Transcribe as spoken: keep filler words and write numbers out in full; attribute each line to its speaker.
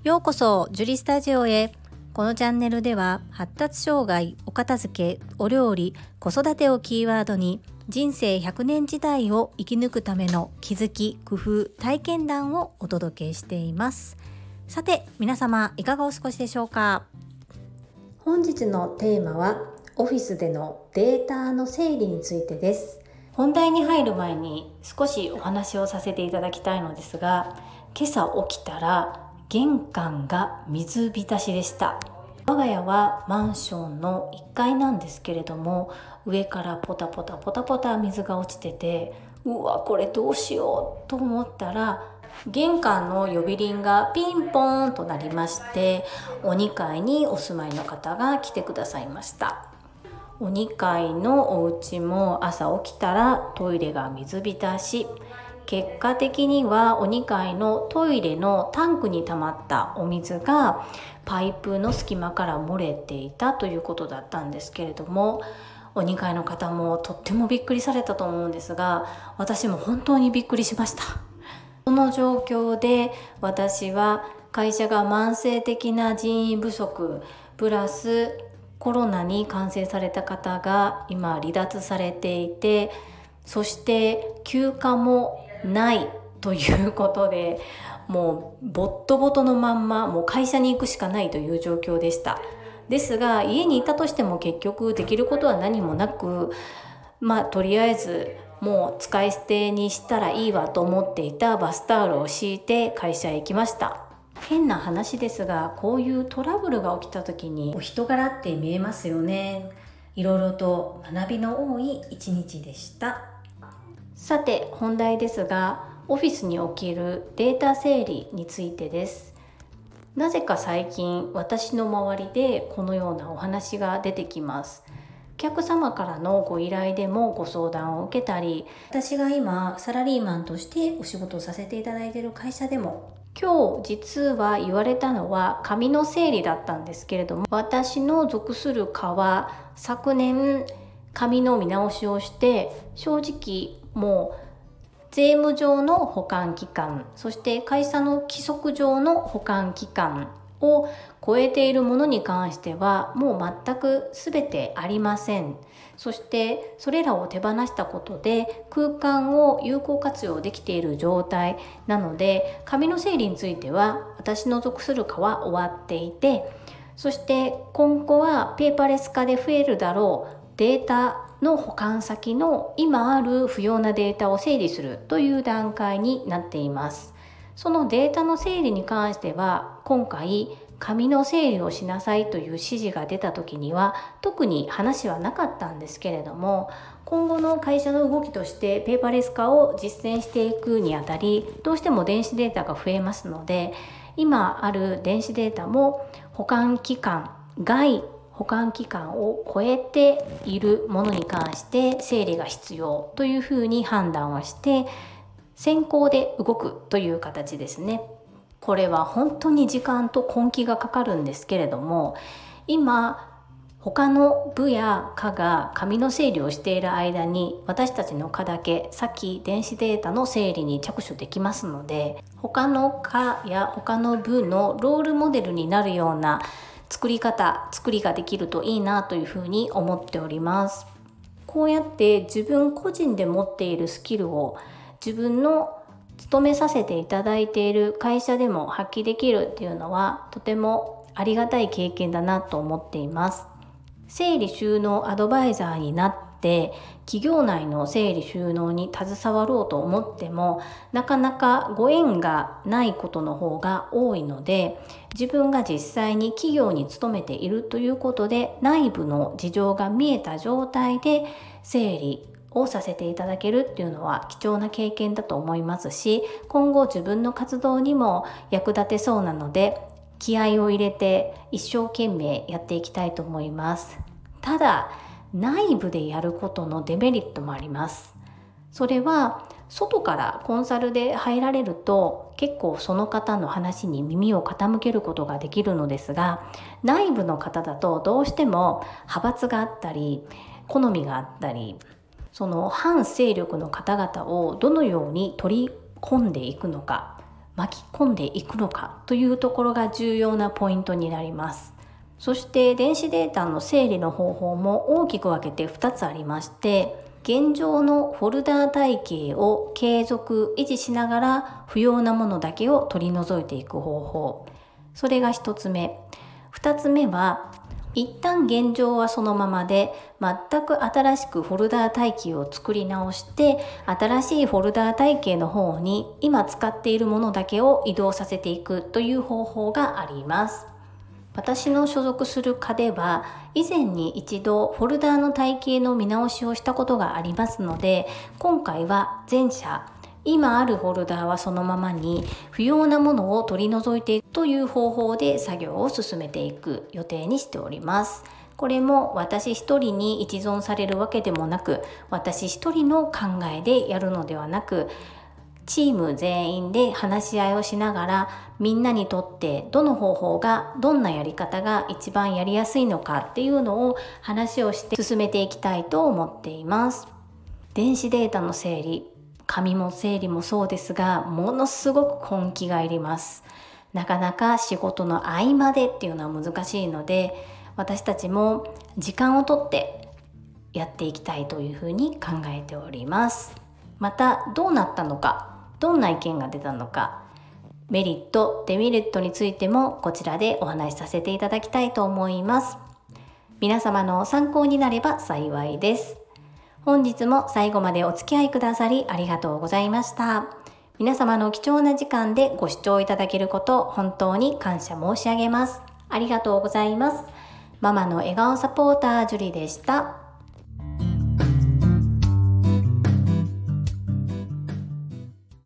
Speaker 1: ようこそジュリスタジオへ。このチャンネルでは発達障害、お片付け、お料理、子育てをキーワードに人生ひゃくねん時代を生き抜くための気づき、工夫、体験談をお届けしています。さて皆様いかがお過ごしでしょうか。本日のテーマはオフィスでのデータの整理についてです。本題に入る前に少しお話をさせていただきたいのですが、今朝起きたら玄関が水浸しでした。我が家はマンションのいっかいなんですけれども、上からポタポタポタポタ水が落ちてて、うわこれどうしようと思ったら、玄関の呼び鈴がピンポーンとなりまして、おにかいにお住まいの方が来てくださいました。おにかいのお家も朝起きたらトイレが水浸し、結果的にはおにかいのトイレのタンクに溜まったお水がパイプの隙間から漏れていたということだったんですけれども、おにかいの方もとってもびっくりされたと思うんですが、私も本当にびっくりしました。その状況で私は会社が慢性的な人員不足プラスコロナに感染された方が今離脱されていて、そして休暇もないということで、もうボットボトのまんまもう会社に行くしかないという状況でした。ですが家にいたとしても結局できることは何もなく、まあとりあえずもう使い捨てにしたらいいわと思っていたバスタオルを敷いて会社へ行きました。変な話ですが、こういうトラブルが起きた時にお人柄って見えますよね。いろいろと学びの多い一日でした。さて本題ですが、オフィスにおけるデータ整理についてです。なぜか最近私の周りでこのようなお話が出てきます。お客様からのご依頼でもご相談を受けたり、私が今サラリーマンとしてお仕事をさせていただいている会社でも、今日実は言われたのは紙の整理だったんですけれども、私の属する課は昨年紙の見直しをして、正直もう税務上の保管期間、そして会社の規則上の保管期間を超えているものに関してはもう全く全てありません。そしてそれらを手放したことで空間を有効活用できている状態なので、紙の整理については私の属する課は終わっていて、そして今後はペーパーレス化で増えるだろうデータの保管先の今ある不要なデータを整理するという段階になっています。そのデータの整理に関しては今回紙の整理をしなさいという指示が出た時には特に話はなかったんですけれども、今後の会社の動きとしてペーパーレス化を実践していくにあたり、どうしても電子データが増えますので、今ある電子データも保管期間外保管期間を超えているものに関して整理が必要というふうに判断をして先行で動くという形ですね。これは本当に時間と根気がかかるんですけれども、今他の部や課が紙の整理をしている間に私たちの課だけ先電子データの整理に着手できますので、他の課や他の部のロールモデルになるような作り方、作りができるといいなというふうに思っております。こうやって自分個人で持っているスキルを自分の勤めさせていただいている会社でも発揮できるっていうのはとてもありがたい経験だなと思っています。整理収納アドバイザーになって企業内の整理収納に携わろうと思ってもなかなかご縁がないことの方が多いので、自分が実際に企業に勤めているということで内部の事情が見えた状態で整理をさせていただけるっていうのは貴重な経験だと思いますし、今後自分の活動にも役立てそうなので気合を入れて一生懸命やっていきたいと思います。ただ内部でやることのデメリットもあります。それは外からコンサルで入られると結構その方の話に耳を傾けることができるのですが、内部の方だとどうしても派閥があったり好みがあったり、その反勢力の方々をどのように取り込んでいくのか、 巻き込んでいくのかというところが重要なポイントになります。そして電子データの整理の方法も大きく分けてふたつありまして、現状のフォルダー体系を継続維持しながら不要なものだけを取り除いていく方法、それがひとつめ。ふたつめは一旦現状はそのままで全く新しくフォルダー体系を作り直して、新しいフォルダー体系の方に今使っているものだけを移動させていくという方法があります。私の所属する課では以前に一度フォルダーの体系の見直しをしたことがありますので、今回は全社今あるフォルダーはそのままに不要なものを取り除いていくという方法で作業を進めていく予定にしております。これも私一人に一存されるわけでもなく、私一人の考えでやるのではなく、チーム全員で話し合いをしながら、みんなにとってどの方法がどんなやり方が一番やりやすいのかっていうのを話をして進めていきたいと思っています。電子データの整理、紙も整理もそうですが、ものすごく根気がいります。なかなか仕事の合間でっていうのは難しいので、私たちも時間をとってやっていきたいというふうに考えております。またどうなったのか、どんな意見が出たのか、メリット、デメリットについてもこちらでお話しさせていただきたいと思います。皆様の参考になれば幸いです。本日も最後までお付き合いくださりありがとうございました。皆様の貴重な時間でご視聴いただけること本当に感謝申し上げます。ありがとうございます。ママの笑顔サポータージュリでした。